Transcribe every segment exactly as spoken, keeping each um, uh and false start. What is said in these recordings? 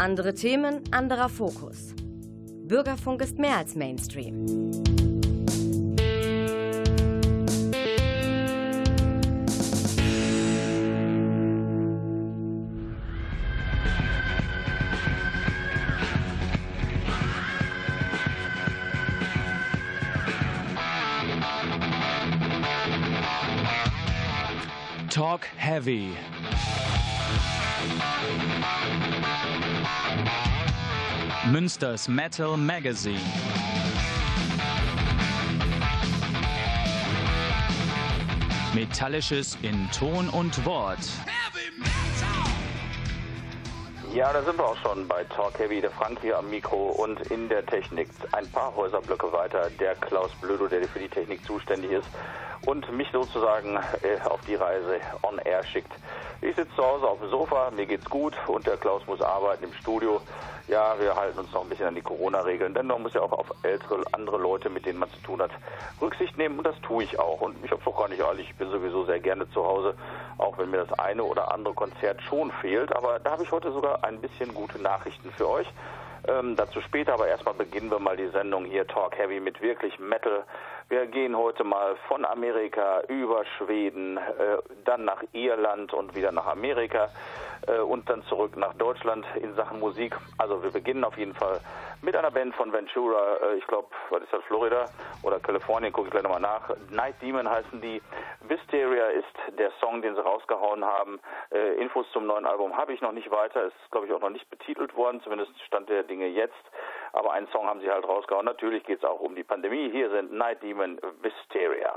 Andere Themen, anderer Fokus. Bürgerfunk ist mehr als Mainstream. Talk Heavy. Münsters Metal Magazine. Metallisches in Ton und Wort. Ja, da sind wir auch schon bei Talk Heavy, der Frank hier am Mikro und in der Technik. Ein paar Häuserblöcke weiter, der Klaus Blödo, der für die Technik zuständig ist und mich sozusagen äh, auf die Reise on air schickt. Ich sitze zu Hause auf dem Sofa, mir geht's gut und der Klaus muss arbeiten im Studio. Ja, wir halten uns noch ein bisschen an die Corona-Regeln, denn man muss ja auch auf ältere, andere Leute, mit denen man zu tun hat, Rücksicht nehmen und das tue ich auch. Und ich habe es auch gar nicht eilig, ich bin sowieso sehr gerne zu Hause, auch wenn mir das eine oder andere Konzert schon fehlt. Aber da habe ich heute sogar ein bisschen gute Nachrichten für euch. Ähm, dazu später, aber erstmal beginnen wir mal die Sendung hier Talk Heavy mit wirklich Metal. Wir gehen heute mal von Amerika über Schweden, äh, dann nach Irland und wieder nach Amerika äh, und dann zurück nach Deutschland in Sachen Musik. Also wir beginnen auf jeden Fall mit einer Band von Ventura, äh, ich glaube, was ist das, Florida oder Kalifornien, gucke ich gleich nochmal nach. Night Demon heißen die. Wisteria ist der Song, den sie rausgehauen haben. Äh, Infos zum neuen Album habe ich noch nicht weiter, ist glaube ich auch noch nicht betitelt worden, zumindest Stand der Dinge jetzt. Aber einen Song haben sie halt rausgehauen. Natürlich geht es auch um die Pandemie. Hier sind Night Demon, Wisteria.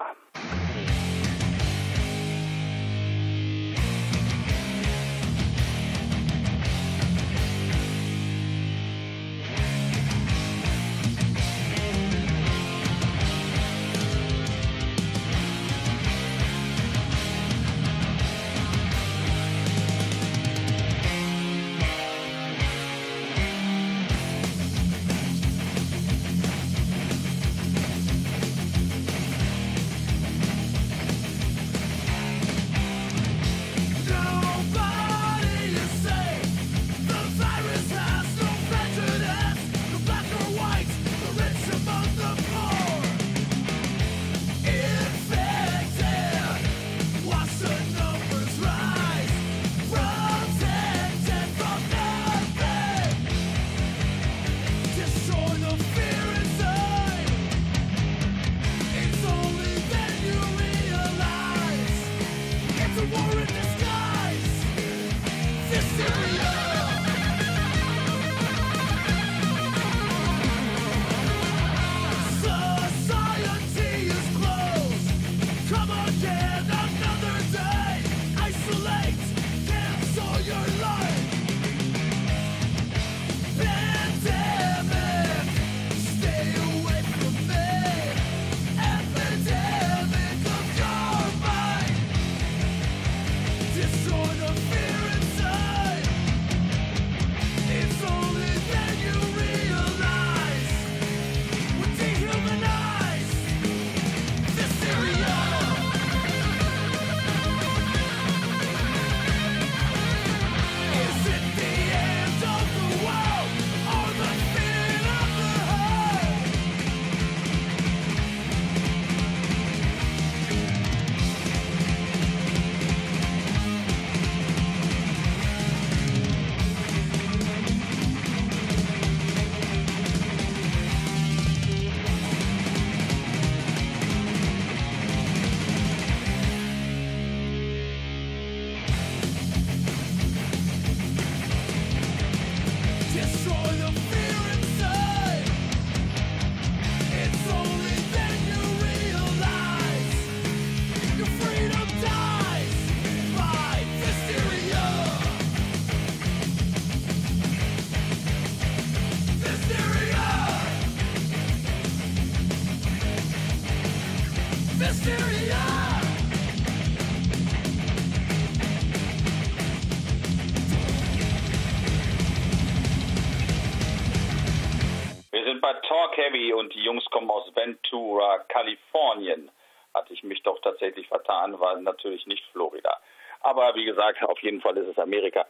Talk Heavy und die Jungs kommen aus Ventura, Kalifornien. Hatte ich mich doch tatsächlich vertan, war natürlich nicht Florida. Aber wie gesagt, auf jeden Fall ist es Amerika.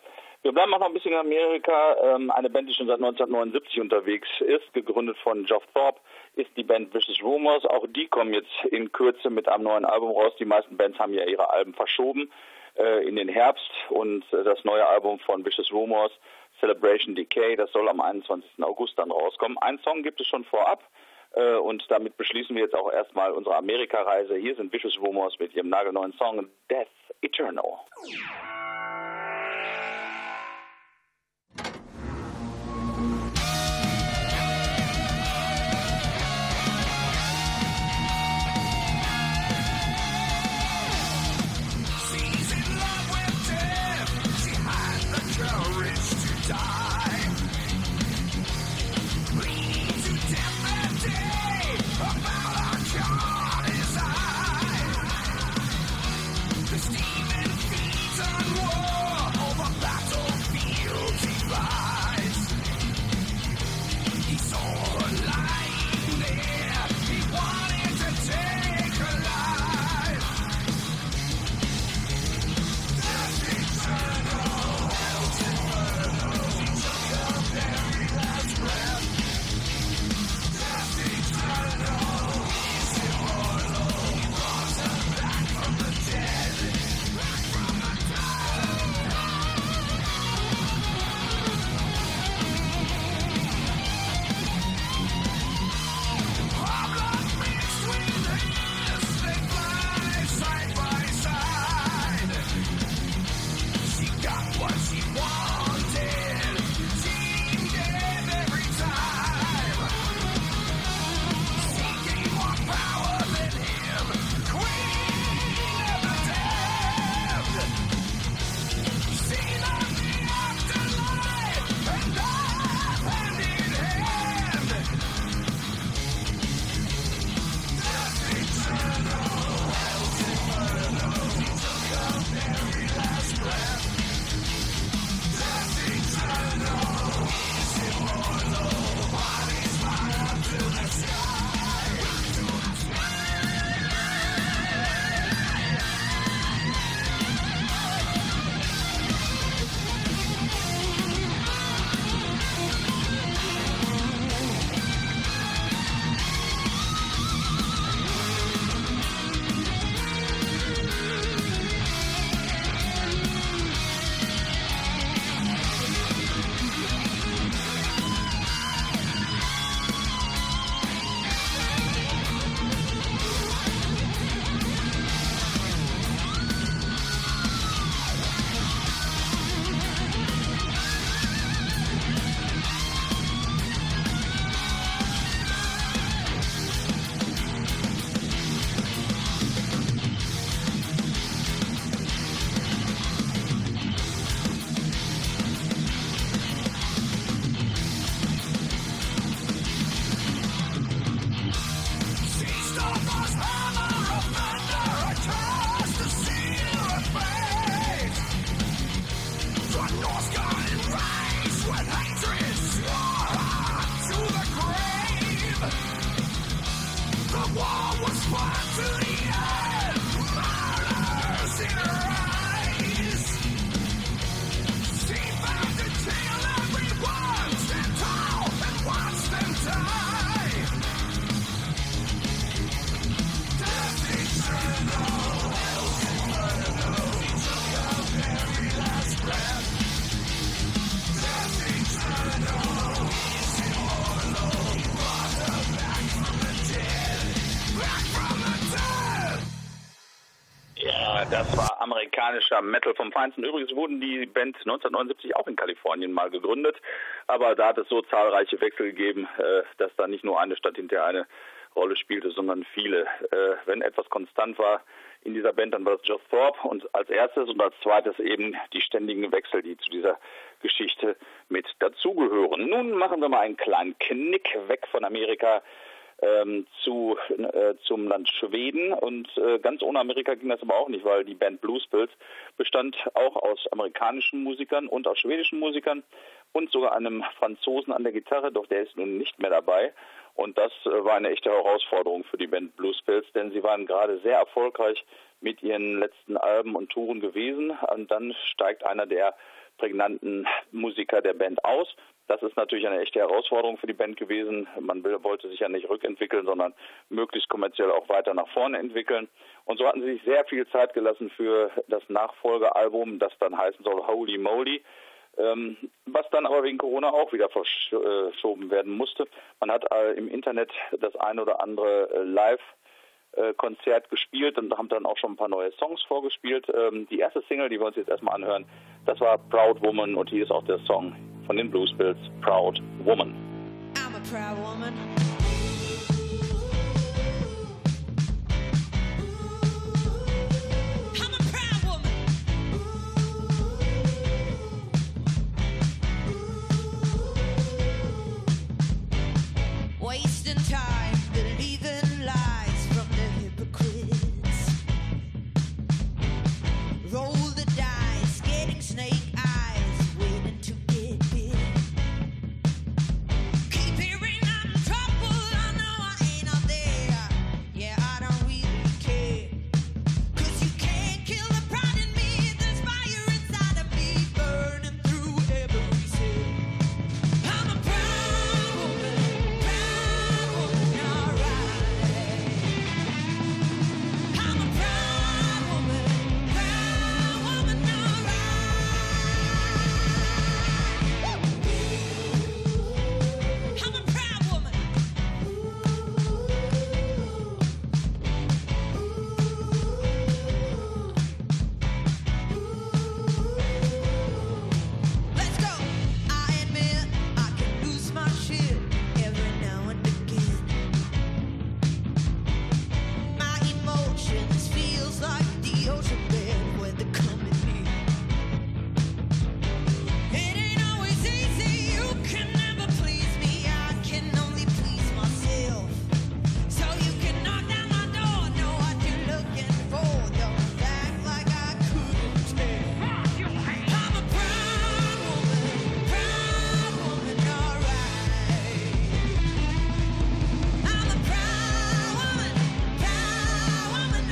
Wir bleiben auch noch ein bisschen in Amerika. Ähm, eine Band, die schon seit neunzehnhundertneunundsiebzig unterwegs ist, gegründet von Geoff Thorpe, ist die Band Vicious Rumours. Auch die kommen jetzt in Kürze mit einem neuen Album raus. Die meisten Bands haben ja ihre Alben verschoben äh, in den Herbst. Und äh, das neue Album von Vicious Rumours, Celebration Decay, das soll am einundzwanzigsten August dann rauskommen. Einen Song gibt es schon vorab. Äh, und damit beschließen wir jetzt auch erstmal unsere Amerika-Reise. Hier sind Vicious Rumours mit ihrem nagelneuen Song Death Eternal. Das war amerikanischer Metal vom Feinsten. Übrigens wurden die Band neunzehnhundertneunundsiebzig auch in Kalifornien mal gegründet, aber da hat es so zahlreiche Wechsel gegeben, dass da nicht nur eine Stadt hinter eine Rolle spielte, sondern viele. Wenn etwas konstant war in dieser Band, dann war das Geoff Thorpe und als erstes und als zweites eben die ständigen Wechsel, die zu dieser Geschichte mit dazugehören. Nun machen wir mal einen kleinen Knick weg von Amerika Ähm, zu, äh, zum Land Schweden und äh, ganz ohne Amerika ging das aber auch nicht, weil die Band Bluespills bestand auch aus amerikanischen Musikern und aus schwedischen Musikern und sogar einem Franzosen an der Gitarre, doch der ist nun nicht mehr dabei und das äh, war eine echte Herausforderung für die Band Bluespills, denn sie waren gerade sehr erfolgreich mit ihren letzten Alben und Touren gewesen. Und dann steigt einer der prägnanten Musiker der Band aus. Das ist natürlich eine echte Herausforderung für die Band gewesen. Man will, wollte sich ja nicht rückentwickeln, sondern möglichst kommerziell auch weiter nach vorne entwickeln. Und so hatten sie sich sehr viel Zeit gelassen für das Nachfolgealbum, das dann heißen soll Holy Moly, ähm, was dann aber wegen Corona auch wieder verschoben werden musste. Man hat äh, im Internet das ein oder andere äh, Live Konzert gespielt und haben dann auch schon ein paar neue Songs vorgespielt. Ähm, die erste Single, die wir uns jetzt erstmal anhören, das war Proud Woman und hier ist auch der Song von den Bluespills, Proud Woman. I'm a proud woman. I'm a proud woman. Wasting time, believing lies from the hypocrites. Roll the dice, getting snake eyes, waiting to get bit. Keep hearing I'm in trouble, I know I ain't out there. Yeah, I don't really care. 'Cause you can't kill the pride in me, there's fire inside of me, burning through every cell. I'm a proud woman, proud woman, alright. I'm a proud woman, proud woman, alright. I'm a proud woman. Let's go. I admit I can lose my shit every now and again. My emotions feels like the ocean bed where they're coming in. It ain't always easy, you can never please me, I can only please myself. So you can knock down my door, know what you're looking for, don't act like I couldn't tell. I'm a proud woman, proud woman, alright. I'm a proud woman, proud woman,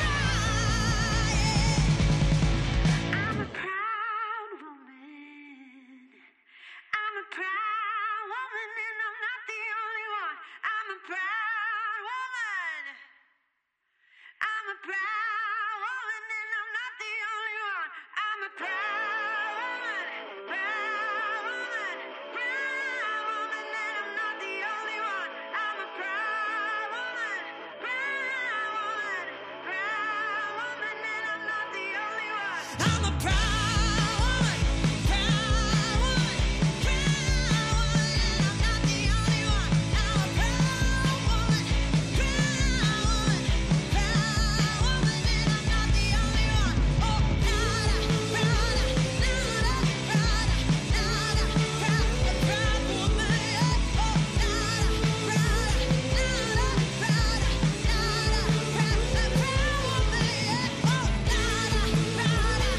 alright. I'm a proud woman. I'm a proud woman and I'm not the only one. I'm a proud woman. I'm a proud woman and I'm not the only one. I'm a proud woman, proud woman, proud woman and I'm not the only one. I'm a proud woman, proud woman, proud woman and I'm not the only one. I'm a proud woman, proud woman, proud woman and I'm not the only one. I'm a proud woman, proud woman, proud woman and I'm not the only one. Oh, nada, nada, nada, nada, nada, proud, a proud woman. Oh, nada, nada, nada, nada, nada, proud, a proud woman. Oh, nada, nada,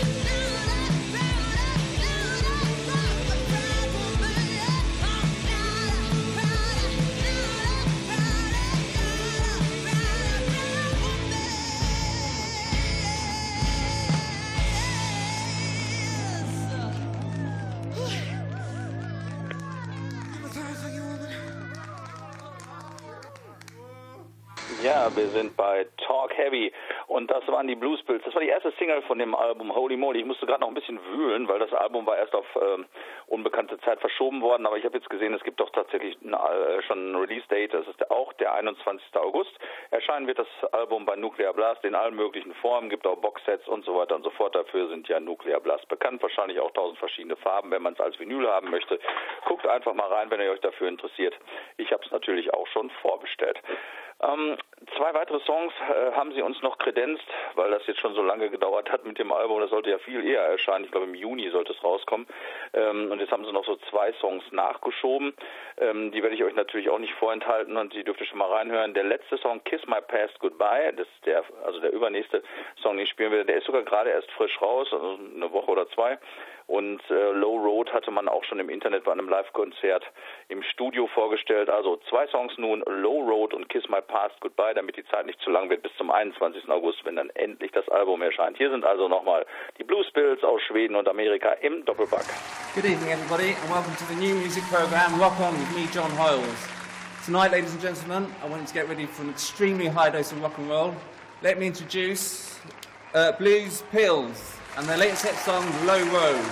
Ja, wir sind bei Talk Heavy und das waren die Bluespills. Das war die erste Single von dem Album Holy Moly. Ich musste gerade noch ein bisschen wühlen, weil das Album war erst auf ähm, unbekannte Zeit verschoben worden, aber ich habe jetzt gesehen, es gibt doch tatsächlich eine, äh, schon ein Release-Date. Das ist auch der einundzwanzigster August. Erscheinen wird das Album bei Nuclear Blast in allen möglichen Formen, gibt auch Boxsets und so weiter und so fort. Dafür sind ja Nuclear Blast bekannt, wahrscheinlich auch tausend verschiedene Farben, wenn man es als Vinyl haben möchte. Guckt einfach mal rein, wenn ihr euch dafür interessiert. Ich habe es natürlich auch schon vorbestellt. Ähm, zwei weitere Songs äh, haben sie uns noch kredenzt, weil das jetzt schon so lange gedauert hat mit dem Album. Das sollte ja viel eher erscheinen. Ich glaube, im Juni sollte es rauskommen. Ähm, und jetzt haben sie noch so zwei Songs nachgeschoben. Ähm, die werde ich euch natürlich auch nicht vorenthalten und die dürft ihr schon mal reinhören. Der letzte Song, Kiss My Past Goodbye, das ist der, also der übernächste Song, den ich spielen werde, der ist sogar gerade erst frisch raus, also eine Woche oder zwei. Und äh, Low Road hatte man auch schon im Internet bei einem Live-Konzert im Studio vorgestellt. Also zwei Songs nun, Low Road und Kiss My Past Goodbye, damit die Zeit nicht zu lang wird bis zum einundzwanzigsten August, wenn dann endlich das Album erscheint. Hier sind also nochmal die Blues Bills aus Schweden und Amerika im Doppelpack. Good evening, everybody, and welcome to the new music program, Rock On, with me, John Hoyles. Tonight, ladies and gentlemen, I want you to get ready for an extremely high dose of rock and roll. Let me introduce uh, Blues Pills and their latest hit song, Low Road.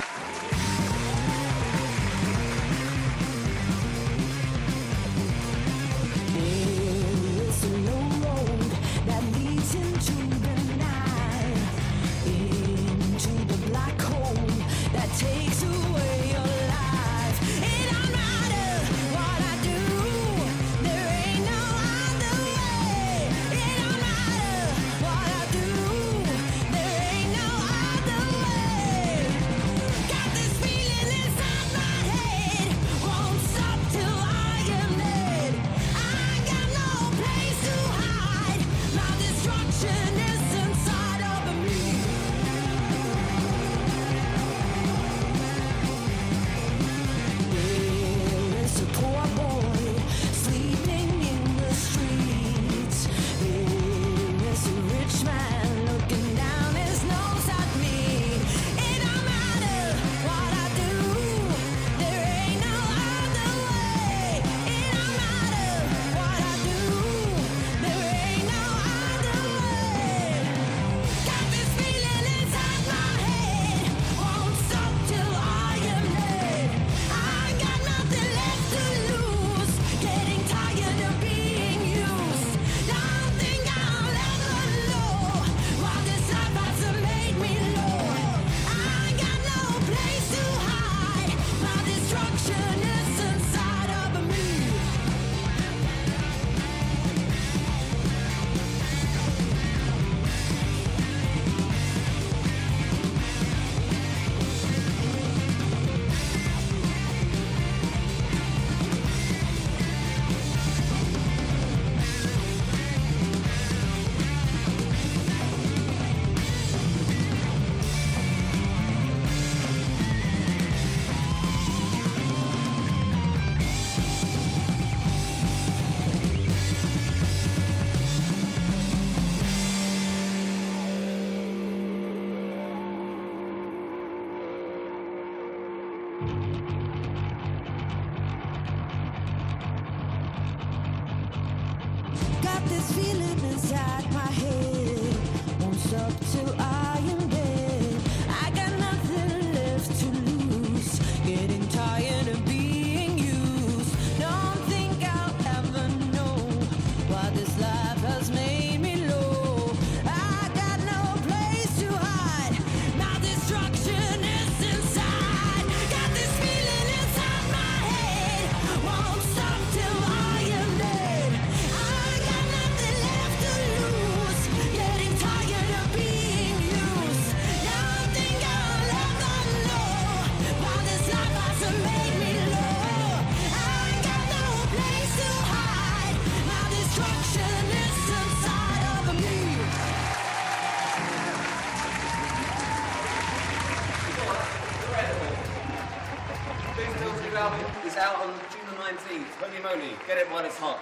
Is out on June the nineteenth. Holy moly, get it while it's hot.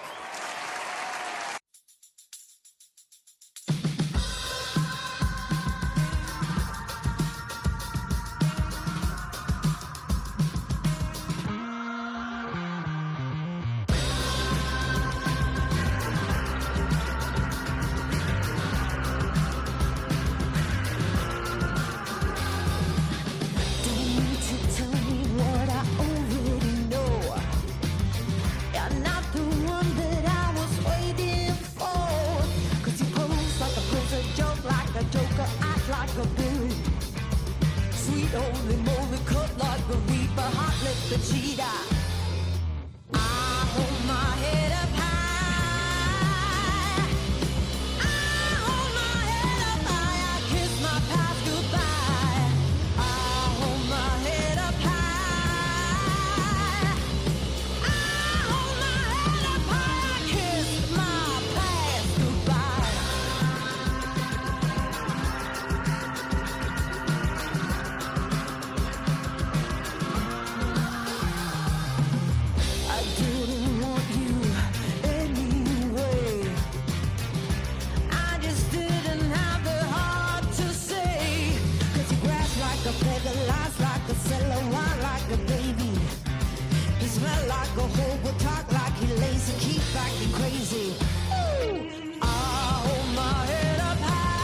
a cellar wine like a baby. He smell like a hoe, will talk like he lazy, keep acting crazy. Ooh. I hold my head up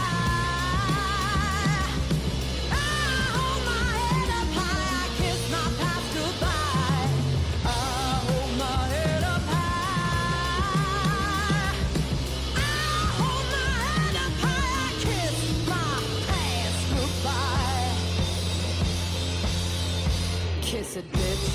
high. I hold my head up high. I kiss my past goodbye. I hold my head up high. I hold my head up high. I kiss my past goodbye. Kiss it, bitch.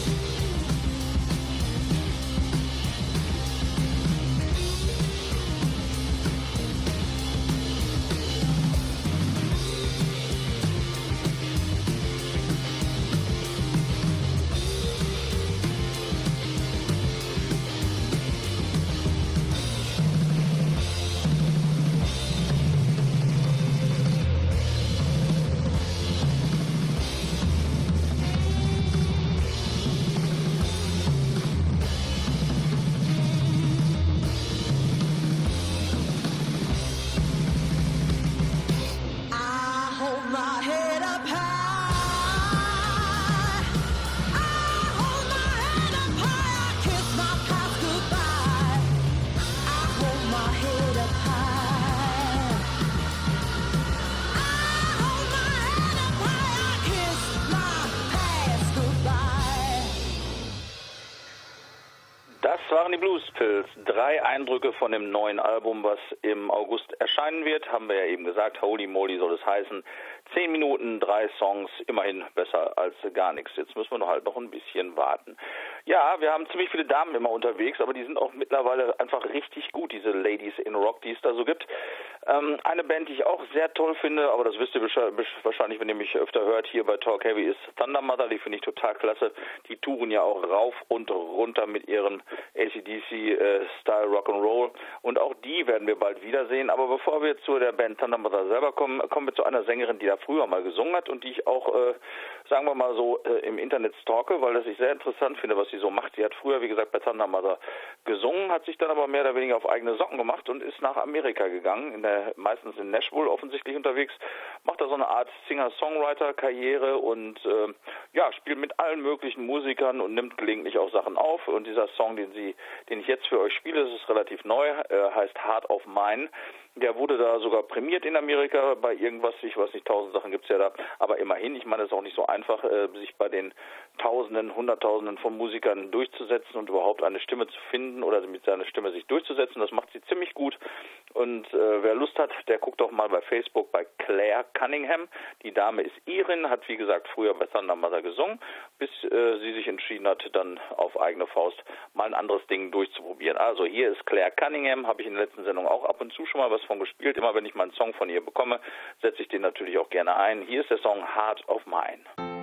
Das waren die Bluespills. Drei Eindrücke von dem neuen Album, was im August erscheinen wird. Haben wir ja eben gesagt. Holy Moly soll es heißen. Zehn Minuten, drei Songs, immerhin besser als gar nichts. Jetzt müssen wir noch halt noch ein bisschen warten. Ja, wir haben ziemlich viele Damen immer unterwegs, aber die sind auch mittlerweile einfach richtig gut, diese Ladies in Rock, die es da so gibt. Ähm, eine Band, die ich auch sehr toll finde, aber das wisst ihr wahrscheinlich, wenn ihr mich öfter hört, hier bei Talk Heavy, ist Thunder Mother. Die finde ich total klasse. Die touren ja auch rauf und runter mit ihren A C D C-Style äh, Rock'n'Roll. Und auch die werden wir bald wiedersehen. Aber bevor wir zu der Band Thunder Mother selber kommen, kommen wir zu einer Sängerin, die da früher mal gesungen hat und die ich auch, äh, sagen wir mal so, äh, im Internet stalke, weil das ich sehr interessant finde, was sie so macht. Sie hat früher, wie gesagt, bei Thunder Mother gesungen, hat sich dann aber mehr oder weniger auf eigene Socken gemacht und ist nach Amerika gegangen, in der, meistens in Nashville offensichtlich unterwegs, macht da so eine Art Singer-Songwriter-Karriere und äh, ja, spielt mit allen möglichen Musikern und nimmt gelegentlich auch Sachen auf. Und dieser Song, den sie, den ich jetzt für euch spiele, das ist relativ neu, äh, heißt Heart of Mine. Der wurde da sogar prämiert in Amerika bei irgendwas, ich weiß nicht, tausend Sachen gibt's ja da, aber immerhin, ich meine, es ist auch nicht so einfach, äh, sich bei den Tausenden, Hunderttausenden von Musikern durchzusetzen und überhaupt eine Stimme zu finden oder mit seiner Stimme sich durchzusetzen. Das macht sie ziemlich gut und äh, wer Lust hat, der guckt doch mal bei Facebook bei Claire Cunningham. Die Dame ist Irin, hat wie gesagt früher bei Thunder Mother gesungen, bis äh, sie sich entschieden hat, dann auf eigene Faust mal ein anderes Ding durchzuprobieren. Also hier ist Claire Cunningham, habe ich in der letzten Sendung auch ab und zu schon mal was von gespielt. Immer wenn ich mal einen Song von ihr bekomme, setze ich den natürlich auch gerne ein. Hier ist der Song Heart of Mine.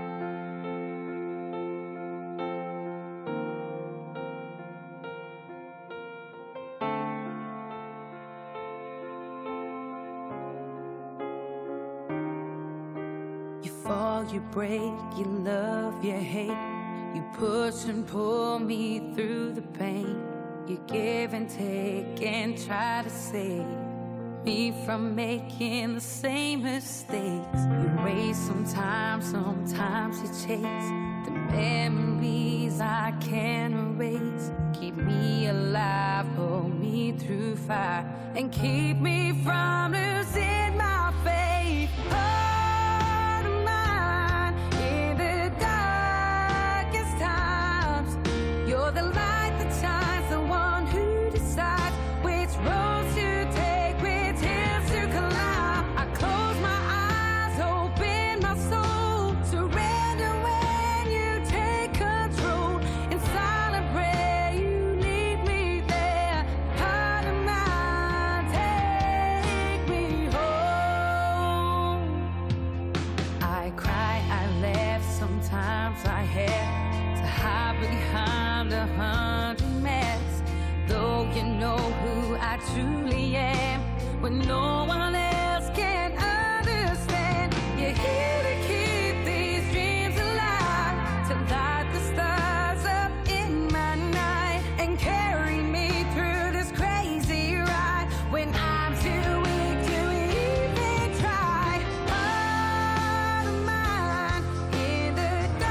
You fall, you break, you love, you hate. You push and pull me through the pain. You give and take and try to save me from making the same mistakes. You race sometimes, sometimes you chase the memories I can't erase. Keep me alive, pull me through fire, and keep me from losing my faith. Heart of mine, in the darkest times, you're the light that shines, the one who decides which road to take, which hills to climb. I close my eyes, open my soul, surrender when you take control. In silent prayer, you lead me there. Heart of mine, take me home. I cry, I laugh, sometimes I have to hide behind a hundred masks. Though you know who I truly am, when no one else can understand. You're here to keep these dreams alive, to light the stars up in my night, and carry me through this crazy ride when I'm too weak to even try. Heart of mine, in the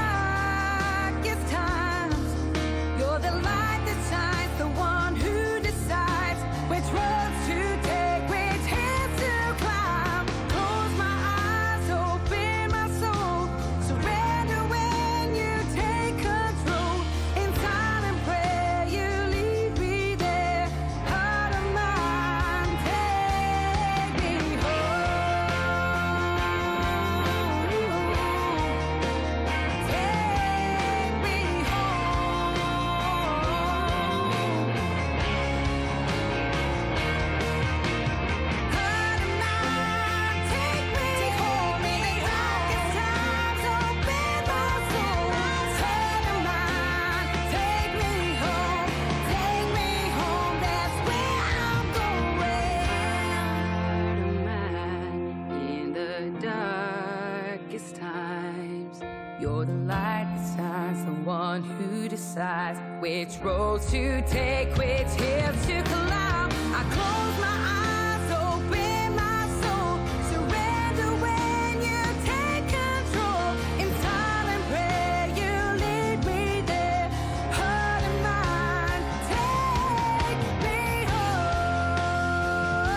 You're the light that shines, the one who decides which roads to take, which hills to climb. I close my eyes, open my soul, surrender when you take control. In silent prayer, you lead me there. Heart and mind, take me home.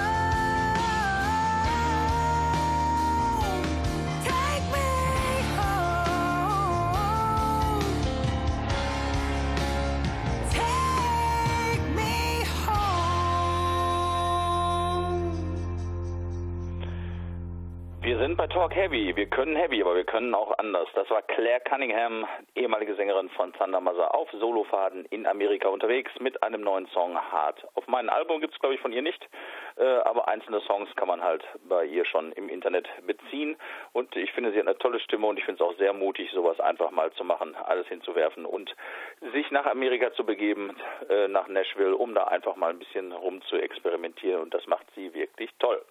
Take me home. Take me home. Wir sind bei Talk Heavy. Wir können Heavy, aber wir können auch anders. Das war Claire Cunningham, ehemalige Sängerin von Thunder Mother, auf Solofaden in Amerika unterwegs mit einem neuen Song, Hard. Auf meinem Album gibt es, glaube ich, von ihr nicht, äh, aber einzelne Songs kann man halt bei ihr schon im Internet beziehen. Und ich finde, sie hat eine tolle Stimme und ich finde es auch sehr mutig, sowas einfach mal zu machen, alles hinzuwerfen und sich nach Amerika zu begeben, äh, nach Nashville, um da einfach mal ein bisschen rum zu experimentieren. Und das macht sie wirklich toll.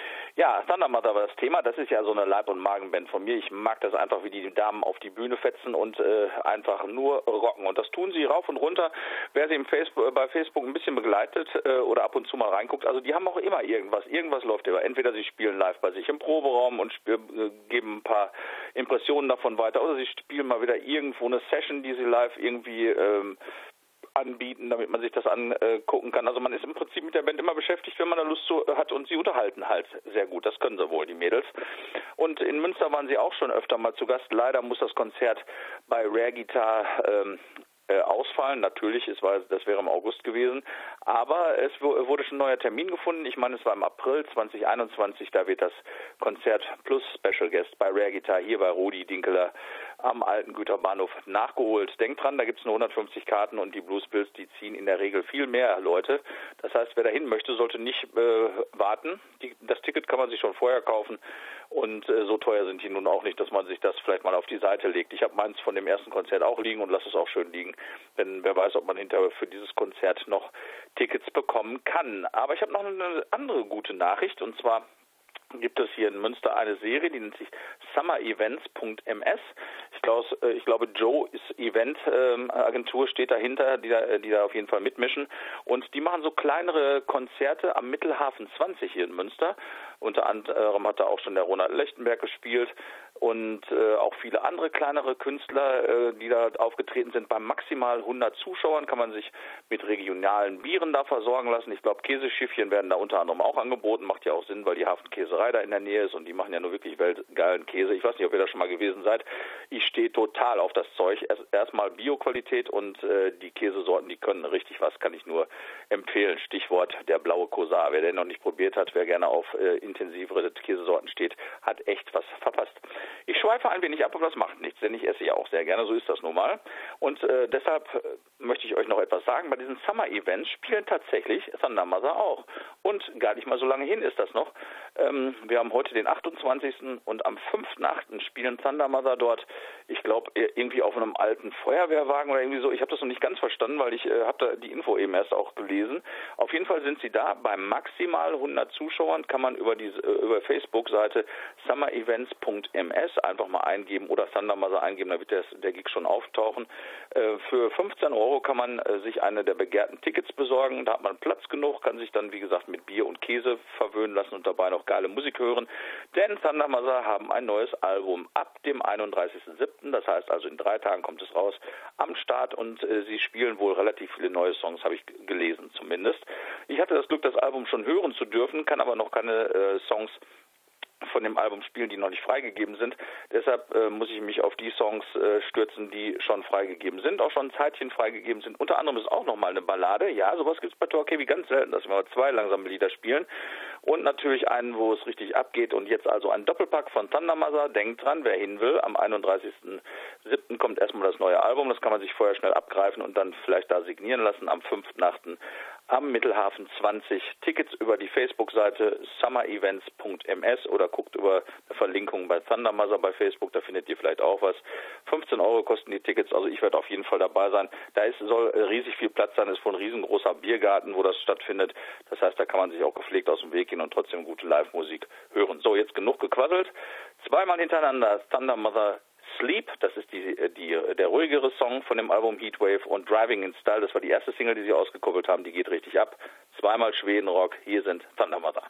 Ja, Thunder Mother war das Thema. Das ist ja so eine Leib- und Magenband von mir. Ich mag das einfach, wie die Damen auf die Bühne fetzen und äh, einfach nur rocken. Und das tun sie rauf und runter. Wer sie im Facebook, bei Facebook ein bisschen begleitet äh, oder ab und zu mal reinguckt, also die haben auch immer irgendwas. Irgendwas läuft immer. Entweder sie spielen live bei sich im Proberaum und spiel, äh, geben ein paar Impressionen davon weiter, oder sie spielen mal wieder irgendwo eine Session, die sie live irgendwie ähm, anbieten, damit man sich das angucken kann. Also man ist im Prinzip mit der Band immer beschäftigt, wenn man da Lust zu hat, und sie unterhalten halt sehr gut. Das können sie wohl, die Mädels. Und in Münster waren sie auch schon öfter mal zu Gast. Leider muss das Konzert bei Rare Guitar ähm, äh, ausfallen. Natürlich, es war, das wäre im August gewesen. Aber es wurde schon ein neuer Termin gefunden. Ich meine, es war im April zwanzig einundzwanzig. Da wird das Konzert plus Special Guest bei Rare Guitar hier bei Rudi Dinkeler am alten Güterbahnhof nachgeholt. Denkt dran, da gibt es nur hundertfünfzig Karten und die Blues Bills, die ziehen in der Regel viel mehr Leute. Das heißt, wer dahin möchte, sollte nicht äh, warten. Die, das Ticket kann man sich schon vorher kaufen und äh, so teuer sind die nun auch nicht, dass man sich das vielleicht mal auf die Seite legt. Ich habe meins von dem ersten Konzert auch liegen und lasse es auch schön liegen, denn wer weiß, ob man hinterher für dieses Konzert noch Tickets bekommen kann. Aber ich habe noch eine andere gute Nachricht, und zwar gibt es hier in Münster eine Serie, die nennt sich summer events punkt m s. Ich glaube, ich glaube Joe ist Event-Agentur, steht dahinter, die da, die da auf jeden Fall mitmischen. Und die machen so kleinere Konzerte am Mittelhafen zwanzig hier in Münster. Unter anderem hat da auch schon der Ronald Lechtenberg gespielt und äh, auch viele andere kleinere Künstler, äh, die da aufgetreten sind. Bei maximal hundert Zuschauern kann man sich mit regionalen Bieren da versorgen lassen. Ich glaube, Käseschiffchen werden da unter anderem auch angeboten. Macht ja auch Sinn, weil die Hafenkäserei da in der Nähe ist und die machen ja nur wirklich weltgeilen Käse. Ich weiß nicht, ob ihr da schon mal gewesen seid. Ich stehe total auf das Zeug. Erst, erstmal Bio-Qualität und äh, die Käsesorten, die können richtig was, kann ich nur empfehlen. Stichwort der blaue Kosar. Wer den noch nicht probiert hat, wer gerne auf äh, intensivere Käsesorten steht, hat echt was verpasst. Ich schweife ein wenig ab, aber das macht nichts, denn ich esse ja auch sehr gerne, so ist das nun mal. Und äh, deshalb äh, möchte ich euch noch etwas sagen. Bei diesen Summer-Events spielen tatsächlich Thunder Mother auch. Und gar nicht mal so lange hin ist das noch. Ähm, wir haben heute den achtundzwanzigsten und am fünften achten spielen Thunder Mother dort, ich glaube, irgendwie auf einem alten Feuerwehrwagen oder irgendwie so. Ich habe das noch nicht ganz verstanden, weil ich äh, habe da die Info eben erst auch gelesen. Auf jeden Fall sind sie da. Bei maximal hundert Zuschauern kann man über die äh, über Facebook-Seite summer events punkt m s einfach mal eingeben oder Thunder Mother eingeben, da wird der, der Gig schon auftauchen. Äh, für fünfzehn Euro kann man äh, sich eine der begehrten Tickets besorgen. Da hat man Platz genug, kann sich dann, wie gesagt, mit Bier und Käse verwöhnen lassen und dabei noch geile Musik hören. Denn Thunder Mother haben ein neues Album ab dem einunddreißigsten siebten Das heißt also in drei Tagen kommt es raus, am Start, und äh, sie spielen wohl relativ viele neue Songs, habe ich g- gelesen zumindest. Ich hatte das Glück, das Album schon hören zu dürfen, kann aber noch keine äh, Songs von dem Album spielen, die noch nicht freigegeben sind. Deshalb äh, muss ich mich auf die Songs äh, stürzen, die schon freigegeben sind, auch schon ein Zeitchen freigegeben sind. Unter anderem ist auch nochmal eine Ballade. Ja, sowas gibt es bei Talk Heavy ganz selten, dass wir mal zwei langsame Lieder spielen. Und natürlich einen, wo es richtig abgeht. Und jetzt also ein Doppelpack von Thunder Mother. Denkt dran, wer hin will, am einunddreißigsten siebten kommt erstmal das neue Album. Das kann man sich vorher schnell abgreifen und dann vielleicht da signieren lassen. Am fünften achten am Mittelhafen zwanzig. Tickets über die Facebook-Seite summer events punkt m s oder guckt über eine Verlinkung bei Thunder Mother bei Facebook, da findet ihr vielleicht auch was. fünfzehn Euro kosten die Tickets, also ich werde auf jeden Fall dabei sein. Da ist, soll riesig viel Platz sein, ist wohl ein riesengroßer Biergarten, wo das stattfindet. Das heißt, da kann man sich auch gepflegt aus dem Weg gehen und trotzdem gute Live-Musik hören. So, jetzt genug gequasselt. Zweimal hintereinander Thunder Mother Sleep, das ist die, die, der ruhigere Song von dem Album Heatwave, und Driving in Style, das war die erste Single, die sie ausgekoppelt haben, die geht richtig ab. Zweimal Schwedenrock, hier sind Thunder Mother.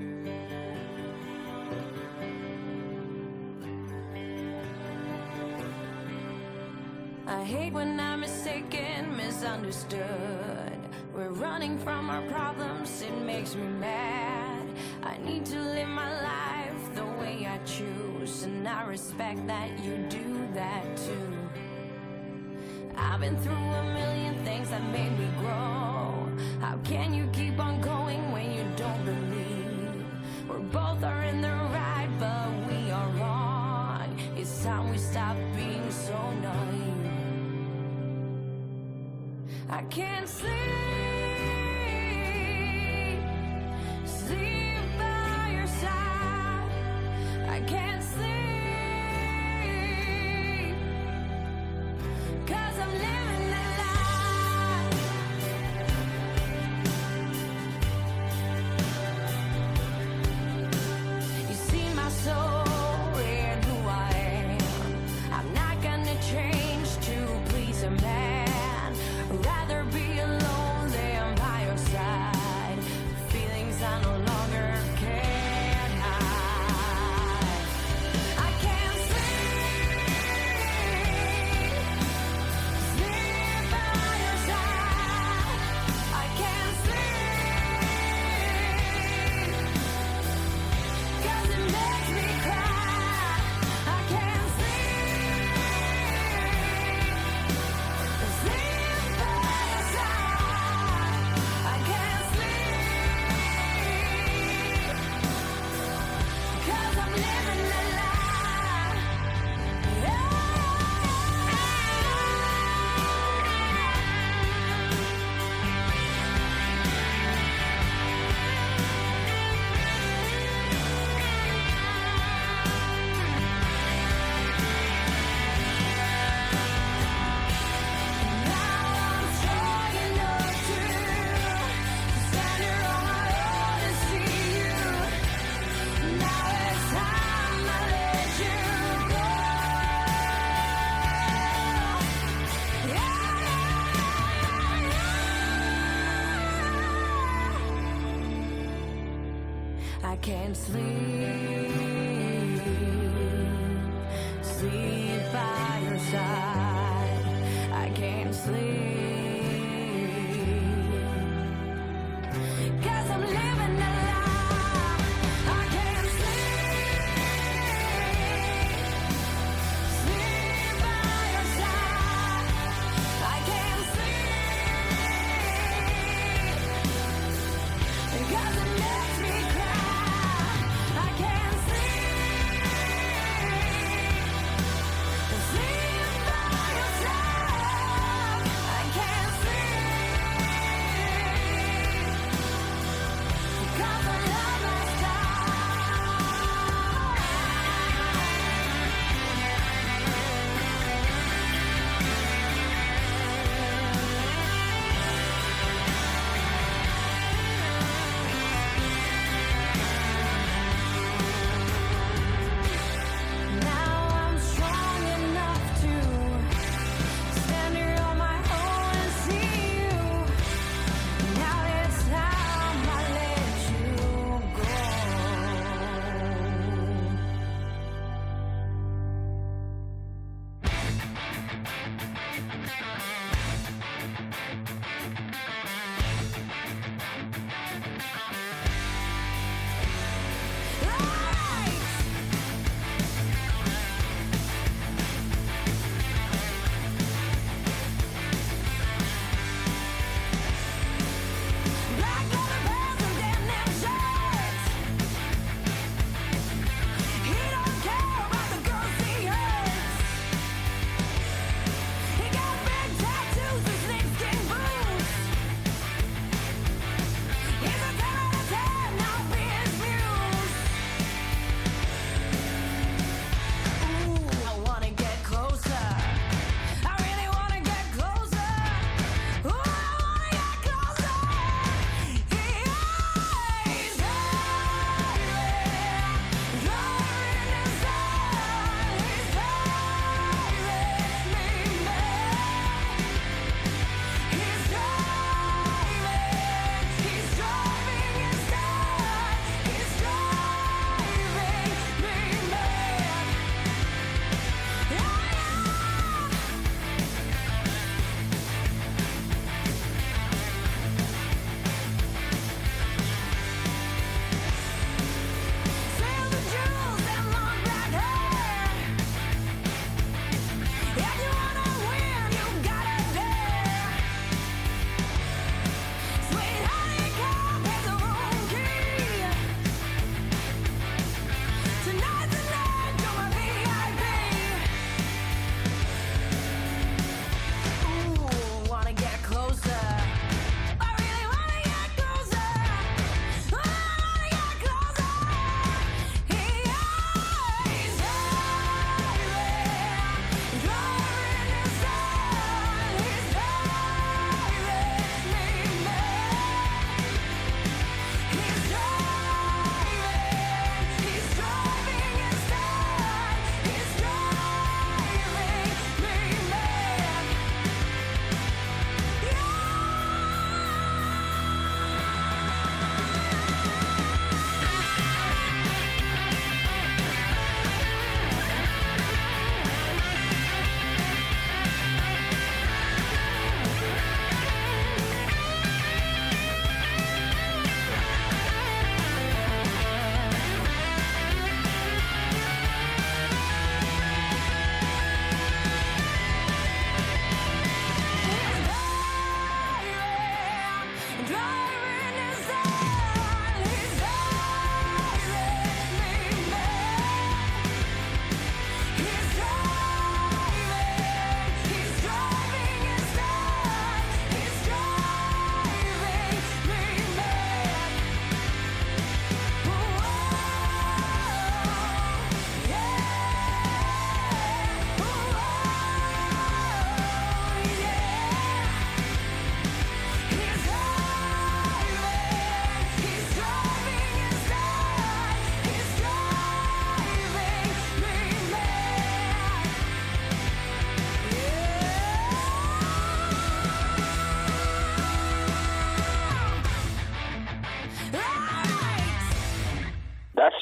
I hate when I'm mistaken, misunderstood. We're running from our problems, it makes me mad. I need to live my life the way I choose, and I respect that you do that too. I've been through a million things that made me grow. How can you keep on going when you don't believe? We both are in the right, but we are wrong. It's time we stop being so naive. I can't sleep, sleep by your side. I can't sleep, 'cause I'm living that life. You see my soul and who I am. I'm not gonna change to please a man. Rather be alone than by your side. Feelings I no longer can hide. I can't sleep, sleep by your side. I can't sleep, 'cause it makes me cry. I can't sleep, sleep. I can't sleep, sleep by your side. I can't sleep, 'cause I'm living a lie. I can't sleep, sleep by your side. I can't sleep, 'cause it makes me cry. Sleep by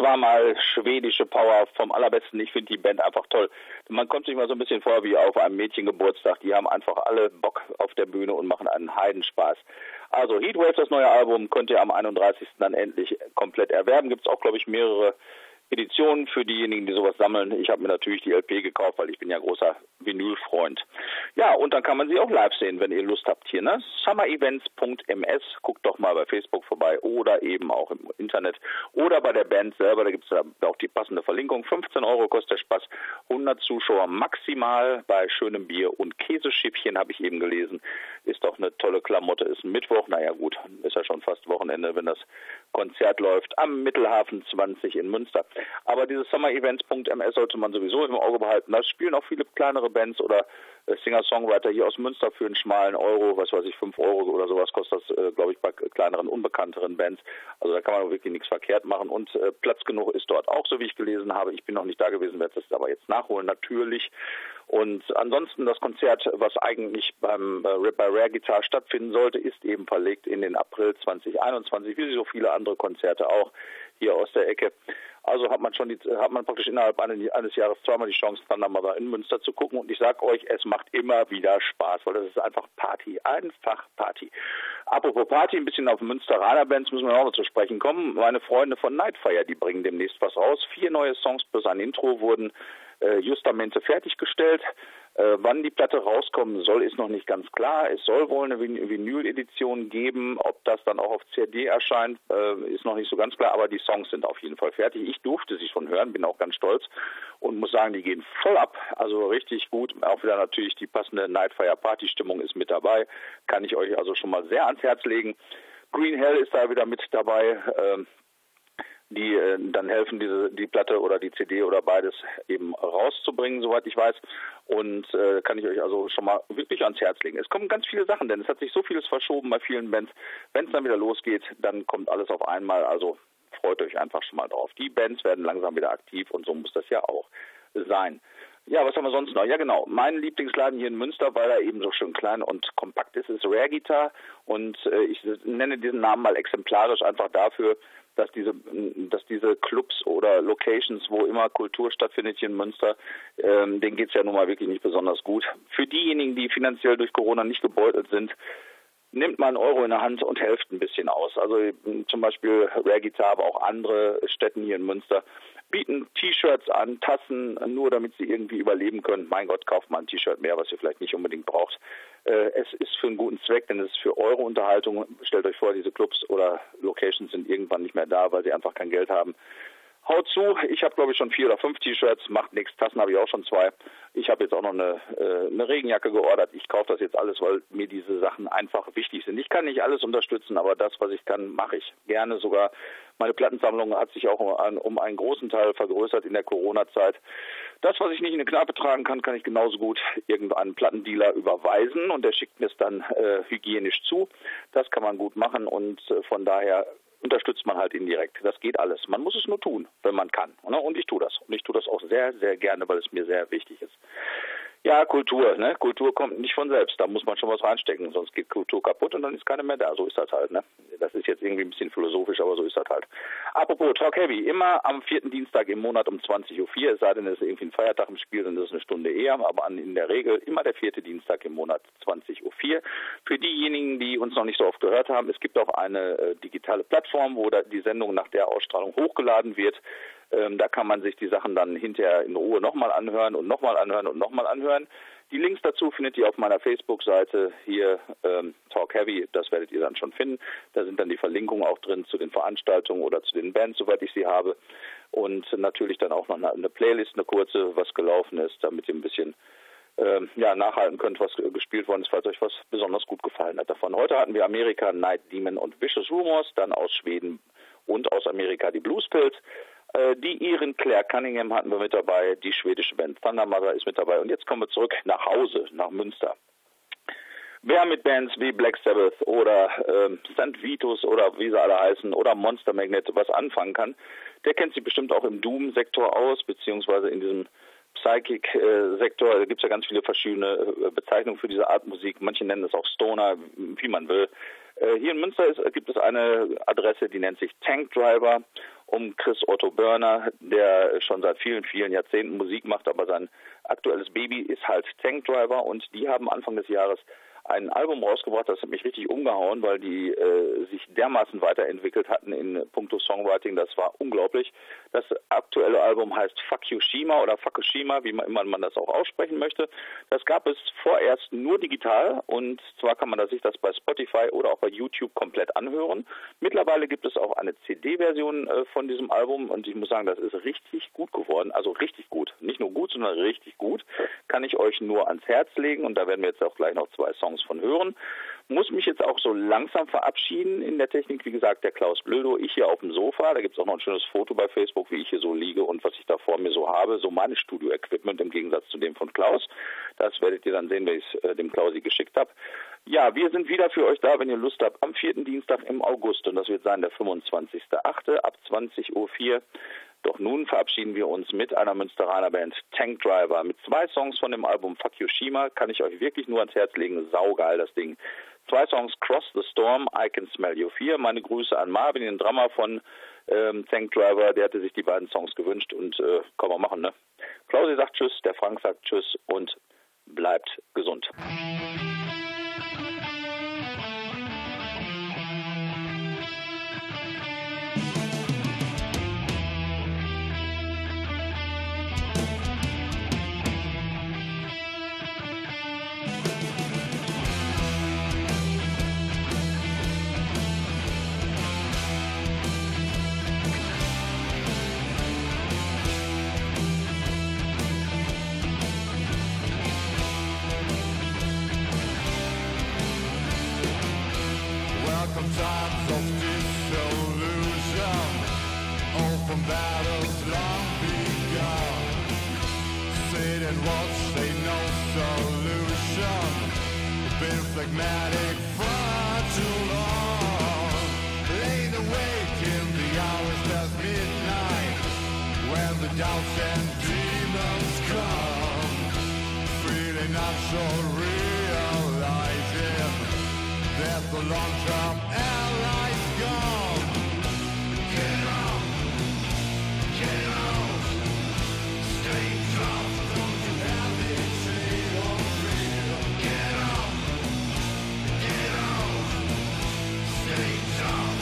war mal schwedische Power vom allerbesten. Ich finde die Band einfach toll. Man kommt sich mal so ein bisschen vor wie auf einem Mädchengeburtstag. Die haben einfach alle Bock auf der Bühne und machen einen Heidenspaß. Also Heatwave, das neue Album, könnt ihr am einunddreißigsten dann endlich komplett erwerben. Gibt es auch, glaube ich, mehrere Editionen für diejenigen, die sowas sammeln. Ich habe mir natürlich die L P gekauft, weil ich bin ja großer Vinylfreund. Ja, und dann kann man sie auch live sehen, wenn ihr Lust habt hier, ne? summerevents punkt m s, guckt doch mal bei Facebook vorbei oder eben auch im Internet oder bei der Band selber, da gibt es auch die passende Verlinkung. fünfzehn Euro kostet der Spaß, hundert Zuschauer maximal bei schönem Bier und Käseschippchen, habe ich eben gelesen. Ist doch eine tolle Klamotte, ist ein Mittwoch, naja gut, ist ja schon fast Wochenende, wenn das Konzert läuft am Mittelhafen zwanzig in Münster. Aber dieses summerevents punkt m s sollte man sowieso im Auge behalten. Da spielen auch viele kleinere Bands oder äh, Singer-Songwriter hier aus Münster für einen schmalen Euro, was weiß ich, fünf Euro oder sowas kostet das, äh, glaube ich, bei kleineren, unbekannteren Bands. Also da kann man wirklich nichts verkehrt machen und äh, Platz genug ist dort auch, so wie ich gelesen habe. Ich bin noch nicht da gewesen, werde das aber jetzt nachholen, natürlich. Und ansonsten das Konzert, was eigentlich beim äh, bei Rare Guitar stattfinden sollte, ist eben verlegt in den April zwanzig einundzwanzig, wie so viele andere Konzerte auch hier aus der Ecke. Also hat man schon die, hat man praktisch innerhalb eines Jahres zweimal die Chance, Thunder Mother in Münster zu gucken. Und ich sag euch, es macht immer wieder Spaß, weil das ist einfach Party, einfach Party. Apropos Party, ein bisschen auf Münsteraner Bands müssen wir auch noch zu sprechen kommen. Meine Freunde von Nightfire, die bringen demnächst was raus. Vier neue Songs plus ein Intro wurden äh, justamente fertiggestellt. Äh, wann die Platte rauskommen soll, ist noch nicht ganz klar. Es soll wohl eine Vin- Vinyl-Edition geben. Ob das dann auch auf C D erscheint, äh, ist noch nicht so ganz klar. Aber die Songs sind auf jeden Fall fertig. Ich durfte sie schon hören, bin auch ganz stolz und muss sagen, die gehen voll ab. Also richtig gut. Auch wieder natürlich die passende Nightfire-Party-Stimmung ist mit dabei. Kann ich euch also schon mal sehr ans Herz legen. Green Hell ist da wieder mit dabei. Ähm, die äh, dann helfen, diese die Platte oder die C D oder beides eben rauszubringen, soweit ich weiß. Und äh, kann ich euch also schon mal wirklich ans Herz legen. Es kommen ganz viele Sachen, denn es hat sich so vieles verschoben bei vielen Bands. Wenn es dann wieder losgeht, dann kommt alles auf einmal. Also freut euch einfach schon mal drauf. Die Bands werden langsam wieder aktiv und so muss das ja auch sein. Ja, was haben wir sonst noch? Ja, genau. Mein Lieblingsladen hier in Münster, weil er eben so schön klein und kompakt ist, ist Rare Guitar. Und äh, ich nenne diesen Namen mal exemplarisch einfach dafür, dass diese, dass diese Clubs oder Locations, wo immer Kultur stattfindet hier in Münster, ähm, denen geht's ja nun mal wirklich nicht besonders gut. Für diejenigen, die finanziell durch Corona nicht gebeutelt sind, nimmt mal einen Euro in der Hand und helft ein bisschen aus. Also zum Beispiel Rare Guitar, aber auch andere Städten hier in Münster bieten T-Shirts an, Tassen, nur damit sie irgendwie überleben können. Mein Gott, kauft mal ein T-Shirt mehr, was ihr vielleicht nicht unbedingt braucht. Äh, es ist für einen guten Zweck, denn es ist für eure Unterhaltung. Stellt euch vor, diese Clubs oder Locations sind irgendwann nicht mehr da, weil sie einfach kein Geld haben. Haut zu, ich habe glaube ich schon vier oder fünf T-Shirts, macht nichts, Tassen habe ich auch schon zwei. Ich habe jetzt auch noch eine, äh, eine Regenjacke geordert. Ich kaufe das jetzt alles, weil mir diese Sachen einfach wichtig sind. Ich kann nicht alles unterstützen, aber das, was ich kann, mache ich gerne sogar. Meine Plattensammlung hat sich auch um, an, um einen großen Teil vergrößert in der Corona-Zeit. Das, was ich nicht in eine Kneipe tragen kann, kann ich genauso gut irgendeinen Plattendealer überweisen und der schickt mir es dann äh, hygienisch zu. Das kann man gut machen und äh, von daher unterstützt man halt indirekt. Das geht alles. Man muss es nur tun, wenn man kann. Und ich tue das. Und ich tue das auch sehr, sehr gerne, weil es mir sehr wichtig ist. Ja, Kultur, ne? Kultur kommt nicht von selbst. Da muss man schon was reinstecken, sonst geht Kultur kaputt und dann ist keine mehr da. So ist das halt, ne? Das ist jetzt irgendwie ein bisschen philosophisch, aber so ist das halt. Apropos Talk Heavy, immer am vierten Dienstag im Monat um zwanzig Uhr vier, es sei denn, es ist irgendwie ein Feiertag im Spiel, dann ist es eine Stunde eher, aber in der Regel immer der vierte Dienstag im Monat zwanzig Uhr vier. Für diejenigen, die uns noch nicht so oft gehört haben, es gibt auch eine äh, digitale Plattform, wo da die Sendung nach der Ausstrahlung hochgeladen wird. Ähm, da kann man sich die Sachen dann hinterher in Ruhe nochmal anhören und nochmal anhören und nochmal anhören. Die Links dazu findet ihr auf meiner Facebook-Seite hier, ähm, Talk Heavy, das werdet ihr dann schon finden. Da sind dann die Verlinkungen auch drin zu den Veranstaltungen oder zu den Bands, soweit ich sie habe. Und natürlich dann auch noch eine, eine Playlist, eine kurze, was gelaufen ist, damit ihr ein bisschen ähm, ja, nachhalten könnt, was gespielt worden ist, falls euch was besonders gut gefallen hat davon. Heute hatten wir Amerika, Night Demon und Vicious Rumors, dann aus Schweden und aus Amerika die Blues Pills. Die Iren Claire Cunningham hatten wir mit dabei, die schwedische Band Thunder Mother ist mit dabei und jetzt kommen wir zurück nach Hause, nach Münster. Wer mit Bands wie Black Sabbath oder ähm, Sankt Vitus oder wie sie alle heißen oder Monster Magnet was anfangen kann, der kennt sich bestimmt auch im Doom-Sektor aus, beziehungsweise in diesem Psychic-Sektor. Da gibt es ja ganz viele verschiedene Bezeichnungen für diese Art Musik. Manche nennen es auch Stoner, wie man will. Hier in Münster ist, gibt es eine Adresse, die nennt sich Tank Driver um Chris Otto Börner, der schon seit vielen, vielen Jahrzehnten Musik macht, aber sein aktuelles Baby ist halt Tank Driver, und die haben Anfang des Jahres ein Album rausgebracht, das hat mich richtig umgehauen, weil die äh, sich dermaßen weiterentwickelt hatten in puncto Songwriting, das war unglaublich. Das aktuelle Album heißt Fukushima oder Fukushima, wie man immer man das auch aussprechen möchte. Das gab es vorerst nur digital, und zwar kann man sich das bei Spotify oder auch bei YouTube komplett anhören. Mittlerweile gibt es auch eine C D-Version äh, von diesem Album, und ich muss sagen, das ist richtig gut geworden, also richtig gut. Nicht nur gut, sondern richtig gut. Kann ich euch nur ans Herz legen, und da werden wir jetzt auch gleich noch zwei Songs von hören. Muss mich jetzt auch so langsam verabschieden in der Technik. Wie gesagt, der Klaus Blödo, ich hier auf dem Sofa. Da gibt es auch noch ein schönes Foto bei Facebook, wie ich hier so liege und was ich da vor mir so habe. So mein Studio-Equipment im Gegensatz zu dem von Klaus. Das werdet ihr dann sehen, wenn ich es äh, dem Klausi geschickt habe. Ja, wir sind wieder für euch da, wenn ihr Lust habt, am vierten Dienstag im August. Und das wird sein der fünfundzwanzigster achte ab zwanzig Uhr vier. Doch nun verabschieden wir uns mit einer Münsteraner Band, Tank Driver, mit zwei Songs von dem Album Fukushima. Kann ich euch wirklich nur ans Herz legen. Saugeil, das Ding. Zwei Songs, Cross the Storm, I Can Smell You vier. Meine Grüße an Marvin, den Drummer von ähm, Tank Driver. Der hatte sich die beiden Songs gewünscht, und äh, kann man machen, ne? Klausi sagt Tschüss, der Frank sagt Tschüss, und bleibt gesund. Times of disillusion, open battles long begun. Sit and watch, they no solution. Been phlegmatic for too long. Laid awake in the hours past midnight, when the doubts and demons come. Feeling not so realizing that the long-term allies gone. Get out, get out, stay tough, don't you hesitate or real. Get out, get out, stay tough.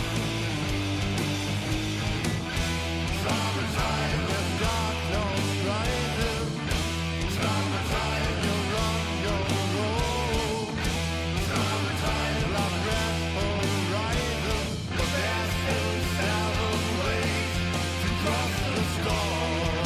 Summertime, the dark clouds rising. Summertime, you run your road. Summertime, love rest horizon, but there's still seven ways to cross the storm.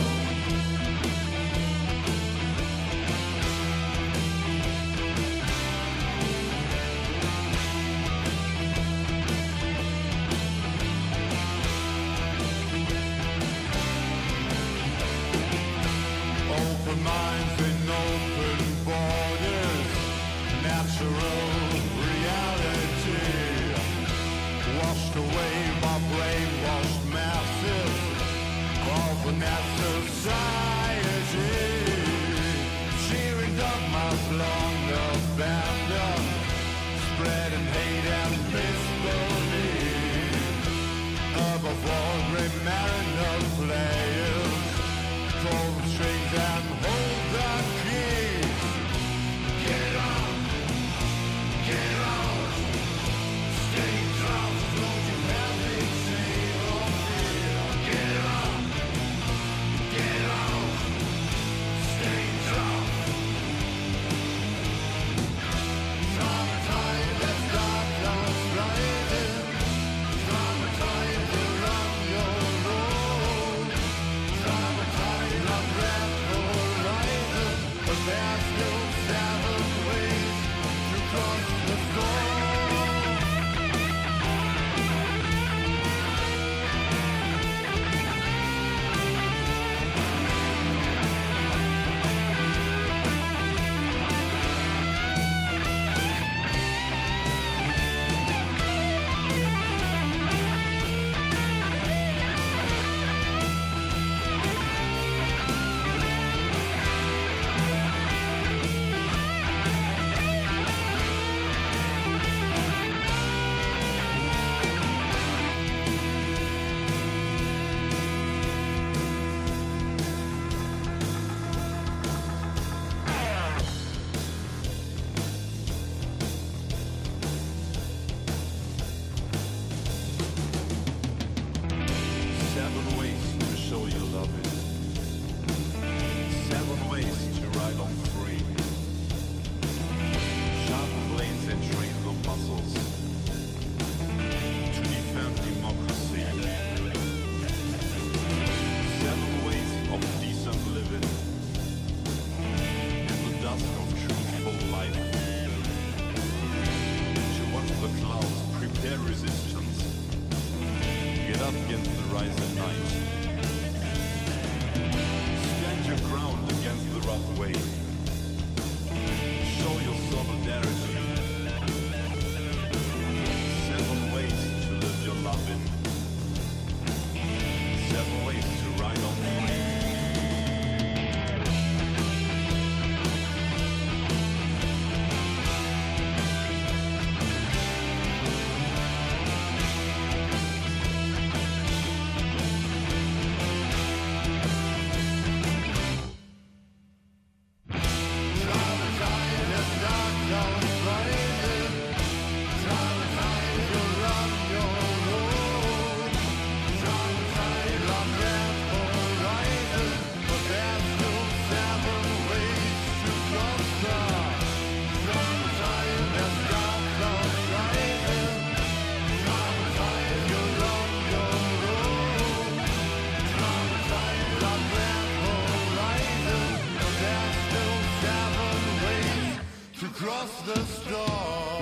Open minds and open borders, natural reality. Washed away by brainwashed masses of an society. Cheering dogmas long abandoned, spreading hate and misbelief. Above all, remarrying the players, pull the strings and hold the keys. Get out, get out, stay tough, don't you hesitate or fear. Get out, get out. across the storm.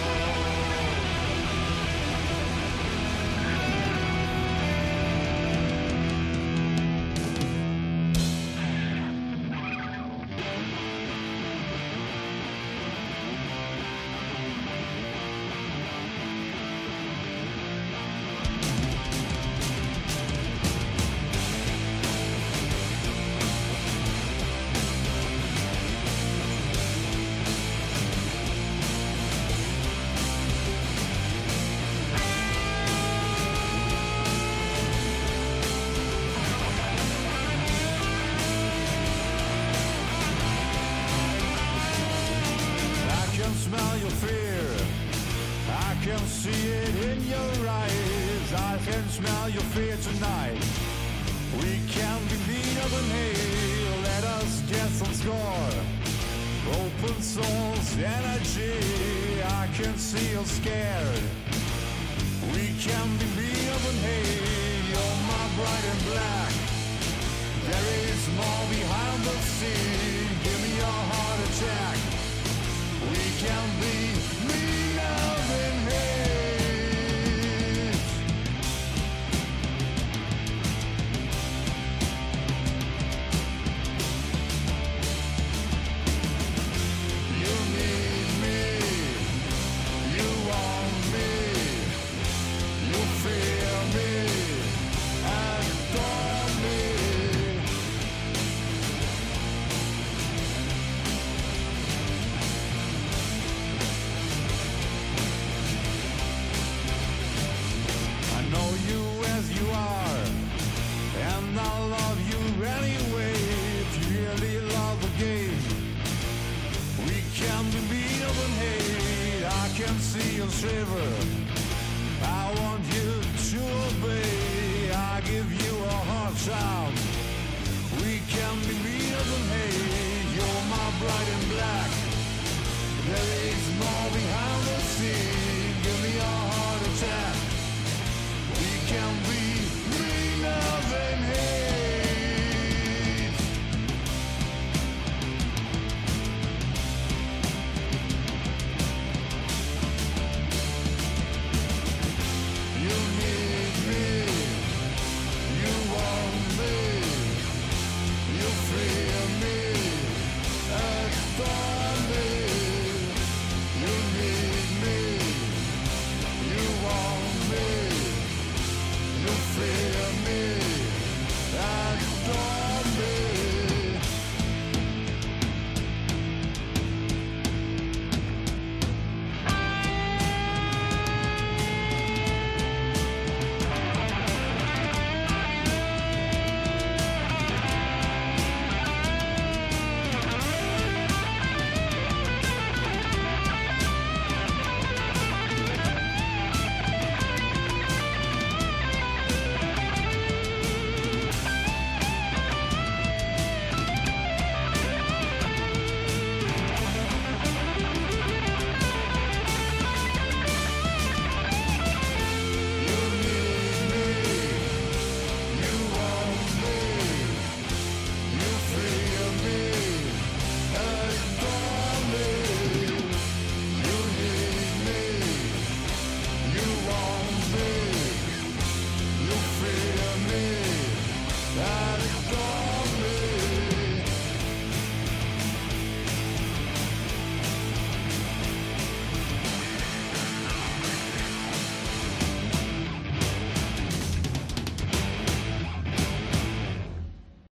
Smell your fear, I can see it in your eyes. I can smell your fear tonight. We can be meaner than hell. Let us get some score. Open source energy. I can see you're scared. We can be meaner than hell. You're my bright and black. There is more behind the scene. Give me your heart attack. We can be meaner than hate. You need me, you want me, you fear me, adore me. You are, and I love you anyway. If you really love the game, we can be meaner than hate. I can see you shiver. I want you to obey. I give you a hard time. We can be meaner than hate. You're my bright and black. There is more behind the scenes.